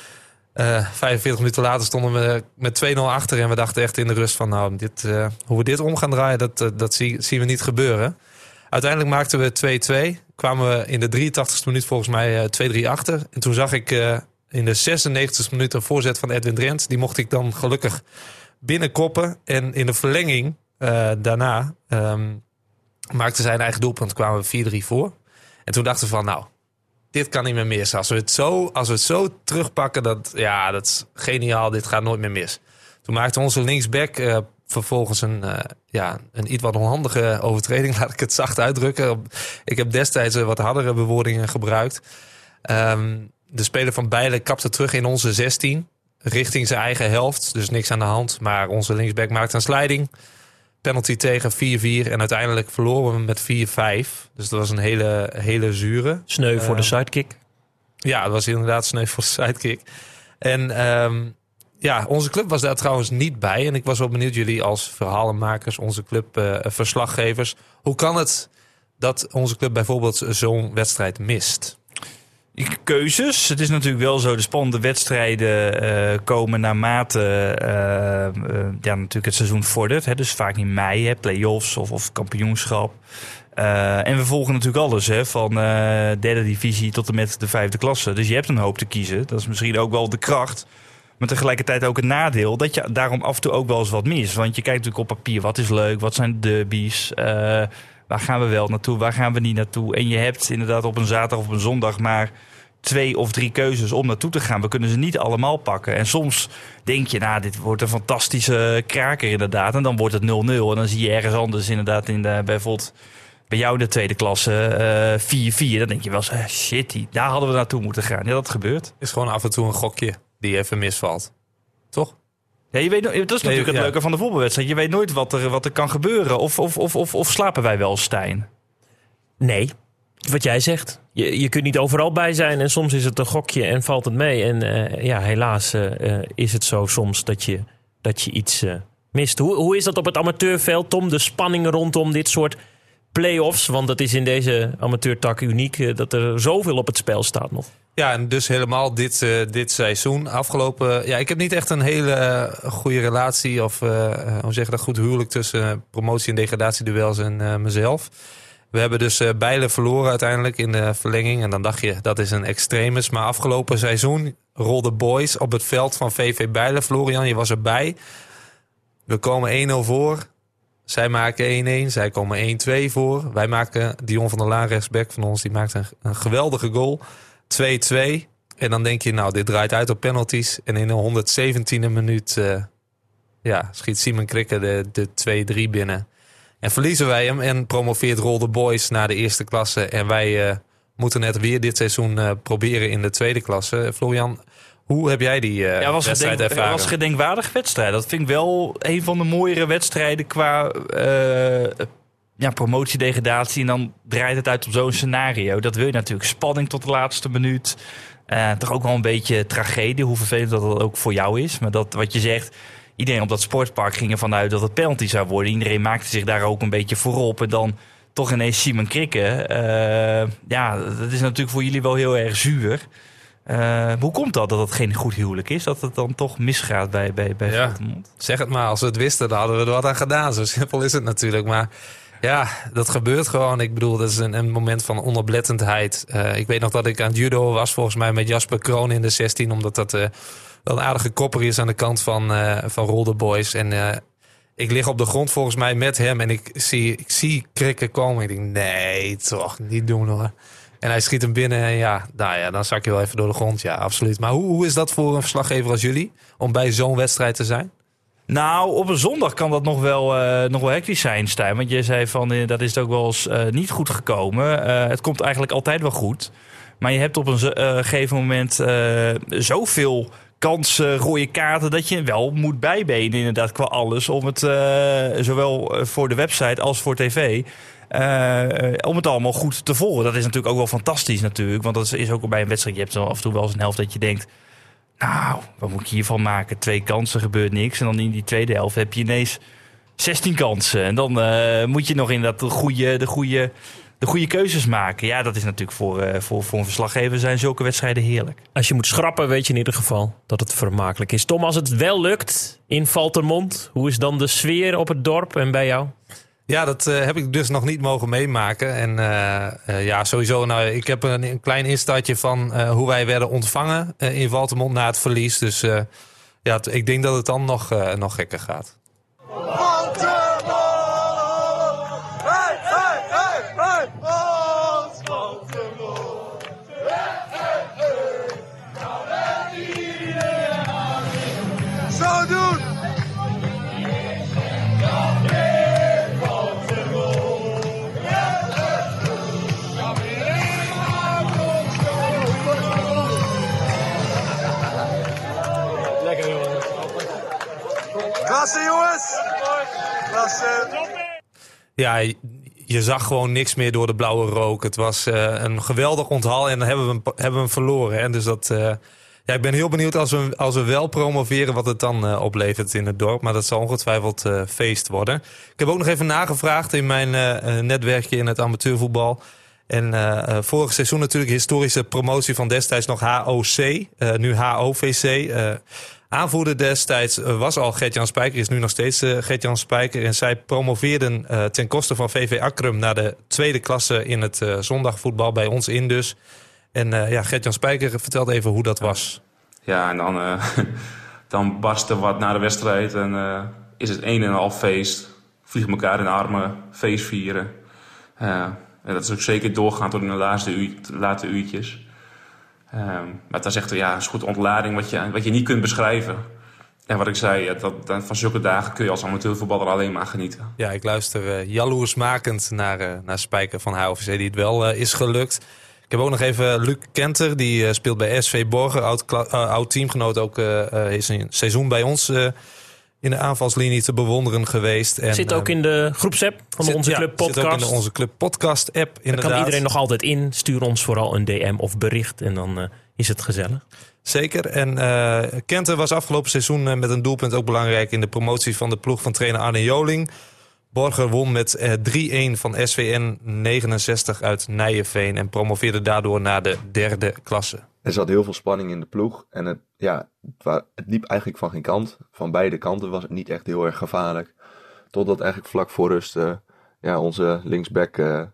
Uh, vijfenveertig minuten later stonden we met twee nul achter. En we dachten echt in de rust van nou, dit, uh, hoe we dit om gaan draaien, dat, uh, dat zie, zien we niet gebeuren. Uiteindelijk maakten we twee twee. Kwamen we in de drieëntachtigste minuut volgens mij uh, twee drie achter. En toen zag ik uh, in de zesennegentigste minuut een voorzet van Edwin Drent. Die mocht ik dan gelukkig binnenkoppen. En in de verlenging uh, daarna um, maakte zij een eigen doelpunt. Kwamen we vier drie voor. En toen dachten we van nou, dit kan niet meer mis. Als we het zo, als we het zo terugpakken, dat, ja, dat is geniaal. Dit gaat nooit meer mis. Toen maakte onze linksback uh, vervolgens een, uh, ja, een iets wat onhandige overtreding. Laat ik het zacht uitdrukken. Ik heb destijds wat hardere bewoordingen gebruikt. Um, de speler van Bijlen kapte terug in onze zestien. Richting zijn eigen helft. Dus niks aan de hand. Maar onze linksback maakte een sliding. Penalty tegen vier vier. En uiteindelijk verloren we met vier vijf. Dus dat was een hele, hele zure. Sneu voor uh, de sidekick. Ja, dat was inderdaad sneu voor de sidekick. En um, ja, onze club was daar trouwens niet bij. En ik was wel benieuwd, jullie als verhalenmakers, onze club uh, verslaggevers. Hoe kan het dat onze club bijvoorbeeld zo'n wedstrijd mist? Keuzes. Het is natuurlijk wel zo, de spannende wedstrijden uh, komen naarmate uh, uh, ja, natuurlijk het seizoen vordert. Hè, dus vaak in mei, hè, play-offs of, of kampioenschap. Uh, en we volgen natuurlijk alles, hè, van uh, derde divisie tot en met de vijfde klasse. Dus je hebt een hoop te kiezen. Dat is misschien ook wel de kracht. Maar tegelijkertijd ook het nadeel dat je daarom af en toe ook wel eens wat mist. Want je kijkt natuurlijk op papier, wat is leuk, wat zijn de derbies, uh, waar gaan we wel naartoe, waar gaan we niet naartoe. En je hebt inderdaad op een zaterdag of op een zondag maar twee of drie keuzes om naartoe te gaan. We kunnen ze niet allemaal pakken. En soms denk je, nou, dit wordt een fantastische kraker inderdaad. En dan wordt het nul nul. En dan zie je ergens anders inderdaad in de, bijvoorbeeld bij jou in de tweede klasse uh, vier vier. Dan denk je wel eens, uh, shit, daar hadden we naartoe moeten gaan. Ja, dat gebeurt. Is gewoon af en toe een gokje die even misvalt. Toch? Ja, je weet, dat is natuurlijk nee, het ja. leuke van de voetbalwedstrijd. Je weet nooit wat er, wat er kan gebeuren. Of, of, of, of, of slapen wij wel, Stijn? Nee, wat jij zegt. Je, je kunt niet overal bij zijn en soms is het een gokje en valt het mee. En uh, ja, helaas uh, uh, is het zo soms dat je, dat je iets uh, mist. Hoe, hoe is dat op het amateurveld, Tom? De spanning rondom dit soort play-offs? Want het is in deze amateurtak uniek uh, dat er zoveel op het spel staat nog. Ja, en dus helemaal dit, uh, dit seizoen. Afgelopen. Ja, ik heb niet echt een hele uh, goede relatie of uh, hoe zeg je dat, goed huwelijk tussen uh, promotie- en degradatieduels en uh, mezelf. We hebben dus uh, Bijlen verloren uiteindelijk in de verlenging. En dan dacht je, dat is een extremis. Maar afgelopen seizoen rolden boys op het veld van V V Bijlen. Florian, je was erbij. We komen één nul voor. Zij maken één-één. Zij komen één-twee voor. Wij maken, Dion van der Laan, rechtsback van ons, die maakt een, een geweldige goal. twee-twee. En dan denk je, nou, dit draait uit op penalties. En in de honderdzeventiende minuut uh, ja, schiet Simon Krikke de, de twee-drie binnen. En verliezen wij hem en promoveert Rolde Boys naar de eerste klasse. En wij uh, moeten net weer dit seizoen uh, proberen in de tweede klasse. Florian, hoe heb jij die uh, ja, was wedstrijd gedenk, ervaren? Het was een gedenkwaardige wedstrijd. Dat vind ik wel een van de mooiere wedstrijden qua uh, ja, promotie-degradatie. En dan draait het uit op zo'n scenario. Dat wil je natuurlijk. Spanning tot de laatste minuut. Uh, toch ook wel een beetje tragedie. Hoe vervelend dat dat ook voor jou is. Maar dat wat je zegt... Iedereen op dat sportpark ging ervan uit dat het penalty zou worden. Iedereen maakte zich daar ook een beetje voor op. En dan toch ineens Simon Krikke. Uh, ja, dat is natuurlijk voor jullie wel heel erg zuur. Uh, hoe komt dat, dat het geen goed huwelijk is? Dat het dan toch misgaat bij, bij, bij ja, Geldermond? Zeg het maar, als we het wisten, dan hadden we er wat aan gedaan. Zo simpel is het natuurlijk. Maar ja, dat gebeurt gewoon. Ik bedoel, dat is een, een moment van onoplettendheid. Uh, ik weet nog dat ik aan het judo was, volgens mij met Jasper Kroon in de zestien. Omdat dat... Uh, wel een aardige kopper is aan de kant van, uh, van Rolde Boys. En uh, ik lig op de grond volgens mij met hem. En ik zie, ik zie Krikke komen. Ik denk, nee, toch, niet doen hoor. En hij schiet hem binnen. En ja, nou ja, dan zak je wel even door de grond. Ja, absoluut. Maar hoe, hoe is dat voor een verslaggever als jullie? Om bij zo'n wedstrijd te zijn? Nou, op een zondag kan dat nog wel, uh, nog wel hectisch zijn, Stijn. Want je zei van, uh, dat is ook wel eens uh, niet goed gekomen. Uh, het komt eigenlijk altijd wel goed. Maar je hebt op een uh, gegeven moment uh, zoveel... kansen, rode kaarten, dat je wel moet bijbenen inderdaad qua alles. Om het, uh, zowel voor de website als voor tv, uh, om het allemaal goed te volgen. Dat is natuurlijk ook wel fantastisch natuurlijk. Want dat is ook bij een wedstrijd, je hebt af en toe wel eens een helft dat je denkt, nou, wat moet ik hiervan maken? Twee kansen, gebeurt niks. En dan in die tweede helft heb je ineens zestien kansen. En dan uh, moet je nog inderdaad de goede... De goede De goede keuzes maken. Ja, dat is natuurlijk voor, uh, voor, voor een verslaggever zijn zulke wedstrijden heerlijk. Als je moet schrappen, weet je in ieder geval dat het vermakelijk is. Tom, als het wel lukt in Valthermond, hoe is dan de sfeer op het dorp en bij jou? Ja, dat uh, heb ik dus nog niet mogen meemaken. En uh, uh, ja, sowieso, nou, ik heb een, een klein instartje van uh, hoe wij werden ontvangen uh, in Valthermond na het verlies. Dus uh, ja, t- ik denk dat het dan nog, uh, nog gekker gaat. Klasse jongens! Klasse! Ja, je zag gewoon niks meer door de blauwe rook. Het was uh, een geweldig onthaal en dan hebben we hem, hebben we hem verloren. Hè? Dus dat, uh, ja, ik ben heel benieuwd als we, als we wel promoveren wat het dan uh, oplevert in het dorp. Maar dat zal ongetwijfeld uh, feest worden. Ik heb ook nog even nagevraagd in mijn uh, netwerkje in het amateurvoetbal. En uh, vorig seizoen natuurlijk historische promotie van destijds nog H O C. Uh, nu H O V C. Uh, Aanvoerder destijds was al Gert-Jan Spijker, is nu nog steeds uh, Gert-Jan Spijker. En zij promoveerden uh, ten koste van V V Akrum naar de tweede klasse in het uh, zondagvoetbal bij ons in dus. En uh, ja, Gert-Jan Spijker vertelde even hoe dat was. Ja, en dan, uh, dan barst er wat na de wedstrijd en uh, is het een en een half feest. Vliegen elkaar in de armen, feest vieren. Uh, en dat is ook zeker doorgaan tot in de laatste uur, late uurtjes. Um, maar dat is echt ja, een soort ontlading wat je, wat je niet kunt beschrijven. En wat ik zei, ja, dat, dat, van zulke dagen kun je als amateurvoetballer alleen maar genieten. Ja, ik luister uh, jaloersmakend naar, uh, naar Spijker van H O V C die het wel uh, is gelukt. Ik heb ook nog even Luc Kenter, die uh, speelt bij S V Borger. Oud, uh, oud teamgenoot, ook uh, uh, is een seizoen bij ons uh, in de aanvalslinie te bewonderen geweest. En, zit ook in de groepsapp van zit, onze ja, Club Podcast. Zit ook in de onze Club Podcast app, inderdaad. Daar kan iedereen nog altijd in. Stuur ons vooral een D M of bericht en dan uh, is het gezellig. Zeker. En uh, Kenter was afgelopen seizoen uh, met een doelpunt ook belangrijk in de promotie van de ploeg van trainer Arne Joling. Borger won met uh, drie-een van S V N negenenzestig uit Nijenveen en promoveerde daardoor naar de derde klasse. Er zat heel veel spanning in de ploeg en het, ja, het, wa- het liep eigenlijk van geen kant. Van beide kanten was het niet echt heel erg gevaarlijk. Totdat eigenlijk vlak voor rust uh, ja, onze linksback uh,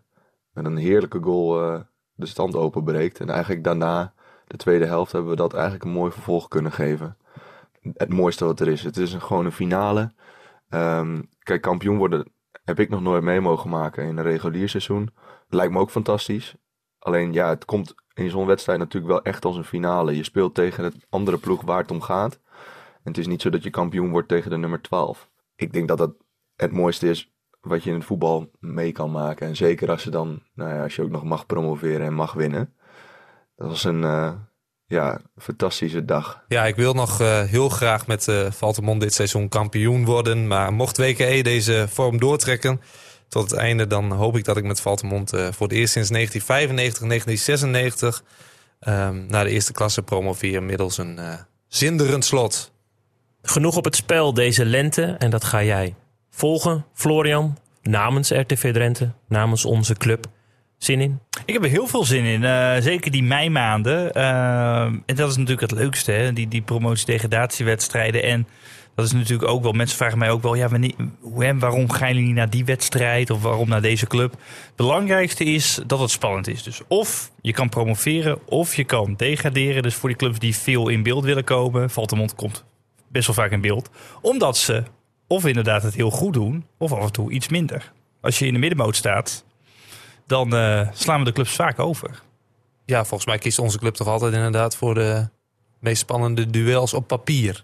met een heerlijke goal uh, de stand openbreekt. En eigenlijk daarna, de tweede helft, hebben we dat eigenlijk een mooi vervolg kunnen geven. Het mooiste wat er is. Het is een, gewoon een finale. Um, kijk, kampioen worden heb ik nog nooit mee mogen maken in een regulier seizoen. Lijkt me ook fantastisch. Alleen ja, het komt in zo'n wedstrijd natuurlijk wel echt als een finale. Je speelt tegen het andere ploeg waar het om gaat. En het is niet zo dat je kampioen wordt tegen de nummer twaalf. Ik denk dat dat het mooiste is wat je in het voetbal mee kan maken. En zeker als je dan, nou ja, als je ook nog mag promoveren en mag winnen. Dat was een uh, ja, fantastische dag. Ja, ik wil nog uh, heel graag met uh, Valtemont dit seizoen kampioen worden. Maar mocht W K E deze vorm doortrekken tot het einde, dan hoop ik dat ik met Valtemont uh, voor het eerst sinds negentien vijfennegentig, negentien zesennegentig um, naar de eerste klasse promoveer middels een uh, zinderend slot. Genoeg op het spel deze lente en dat ga jij volgen, Florian, namens R T V Drenthe, namens onze club. Zin in? Ik heb er heel veel zin in. Uh, zeker die meimaanden. Uh, en dat is natuurlijk het leukste, hè? Die, die promotie-degradatiewedstrijden. En dat is natuurlijk ook wel, mensen vragen mij ook wel, ja, wanneer, hoe, waarom gaan jullie niet naar die wedstrijd of waarom naar deze club? Het belangrijkste is dat het spannend is. Dus of je kan promoveren of je kan degraderen. Dus voor die clubs die veel in beeld willen komen, Valtemont komt best wel vaak in beeld. Omdat ze of inderdaad het heel goed doen of af en toe iets minder. Als je in de middenmoot staat, dan uh, slaan we de clubs vaak over. Ja, volgens mij kiest onze club toch altijd inderdaad voor de meest spannende duels op papier.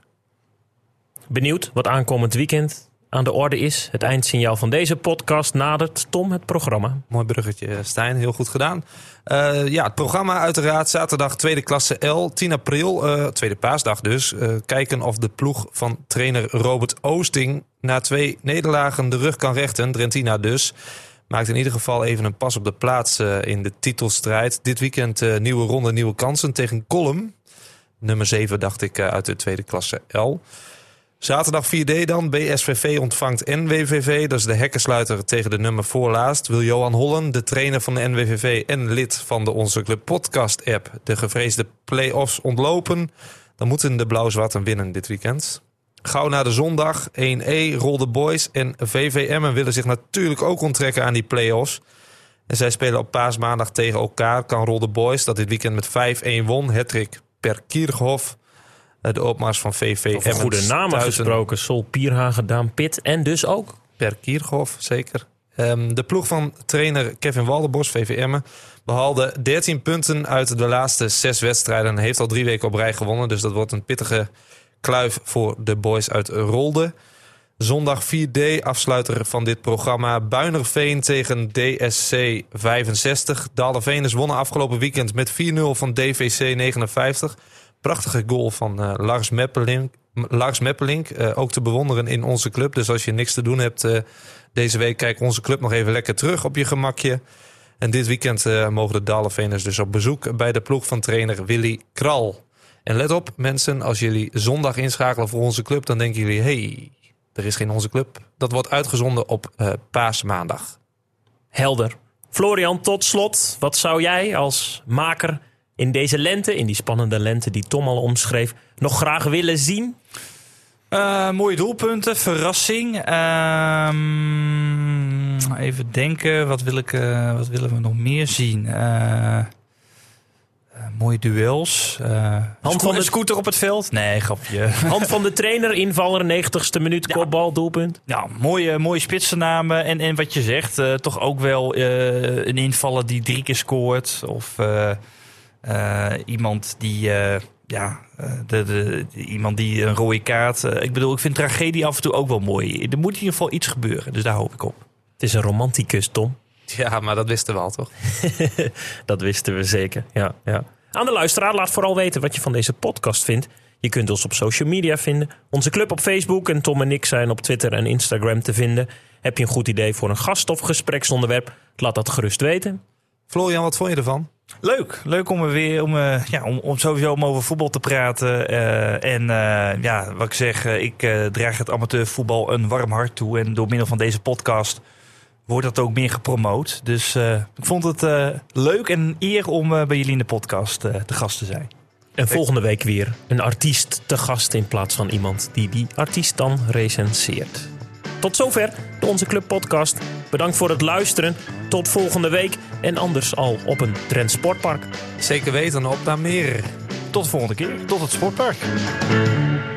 Benieuwd wat aankomend weekend aan de orde is. Het eindsignaal van deze podcast nadert. Tom, het programma. Mooi bruggetje, Stijn. Heel goed gedaan. Uh, ja, het programma uiteraard. Zaterdag tweede klasse L. tien april, uh, tweede paasdag dus. Uh, kijken of de ploeg van trainer Robert Oosting na twee nederlagen de rug kan rechten. Drentina dus. Maakt in ieder geval even een pas op de plaats uh, in de titelstrijd. Dit weekend uh, nieuwe ronde, nieuwe kansen tegen Collum. Nummer zeven dacht ik uh, uit de tweede klasse L. Zaterdag vier D dan. B S V V ontvangt N W V V. Dat is de hekkensluiter tegen de nummer voorlaatst. Wil Johan Hollen, de trainer van de N W V V en lid van de Onze Club podcast app, de gevreesde play-offs ontlopen, dan moeten de blauw-zwarten winnen dit weekend. Gauw naar de zondag. één E, Rolde Boys en V V Emmen willen zich natuurlijk ook onttrekken aan die play-offs. En zij spelen op paasmaandag tegen elkaar. Kan Rolde Boys, dat dit weekend met vijf-een won. Hattrick per Kierhof. De opmars van V V Emmen. Over goede namen gesproken. Sol Pierhagen, Daan Pitt en dus ook per Kierhof, zeker. Um, de ploeg van trainer Kevin Waldenbos, V V Emmen, behaalde dertien punten uit de laatste zes wedstrijden. En heeft al drie weken op rij gewonnen. Dus dat wordt een pittige kluif voor de boys uit Rolde. Zondag vier D, afsluiter van dit programma. Buinerveen tegen D S C vijfenzestig. Daalderveeners wonnen afgelopen weekend met vier nul van D V C negenenvijftig. Prachtige goal van uh, Lars Meppelink. Lars Meppelink, uh, ook te bewonderen in onze club. Dus als je niks te doen hebt uh, deze week, kijk onze club nog even lekker terug op je gemakje. En dit weekend uh, mogen de Daalderveeners dus op bezoek bij de ploeg van trainer Willy Kral. En let op mensen, als jullie zondag inschakelen voor onze club, dan denken jullie, hey, er is geen onze club. Dat wordt uitgezonden op uh, paasmaandag. Helder. Florian, tot slot, wat zou jij als maker in deze lente, in die spannende lente die Tom al omschreef, nog graag willen zien? Uh, mooie doelpunten, verrassing. Uh, even denken, wat, wil ik, uh, wat willen we nog meer zien? Uh, uh, mooie duels. Uh, Hand van de scooter op het veld? Nee, grapje. Hand van de trainer, invaller, negentigste minuut, ja. Kopbal, doelpunt. Ja, mooie, mooie spitsennamen. En, en wat je zegt, uh, toch ook wel uh, een invaller die drie keer scoort. Of uh, uh, iemand die... Uh, Ja, de, de, de, iemand die een rode kaart... Uh, ik bedoel, ik vind tragedie af en toe ook wel mooi. Er moet in ieder geval iets gebeuren, dus daar hoop ik op. Het is een romanticus, Tom. Ja, maar dat wisten we al, toch? Dat wisten we zeker, ja, ja. Aan de luisteraar, laat vooral weten wat je van deze podcast vindt. Je kunt ons op social media vinden. Onze club op Facebook en Tom en ik zijn op Twitter en Instagram te vinden. Heb je een goed idee voor een gast- of gespreksonderwerp? Laat dat gerust weten. Florian, wat vond je ervan? Leuk, leuk om er weer om, uh, ja, om, om sowieso om over voetbal te praten. Uh, en uh, ja, wat ik zeg, uh, ik uh, draag het amateurvoetbal een warm hart toe. En door middel van deze podcast wordt dat ook meer gepromoot. Dus uh, ik vond het uh, leuk en een eer om uh, bij jullie in de podcast uh, te gast te zijn. En volgende week weer een artiest te gast in plaats van iemand die die artiest dan recenseert. Tot zover de Onze Club podcast. Bedankt voor het luisteren. Tot volgende week en anders al op een Drents Sportpark. Zeker weten, op naar meer. Tot de volgende keer. Tot het sportpark.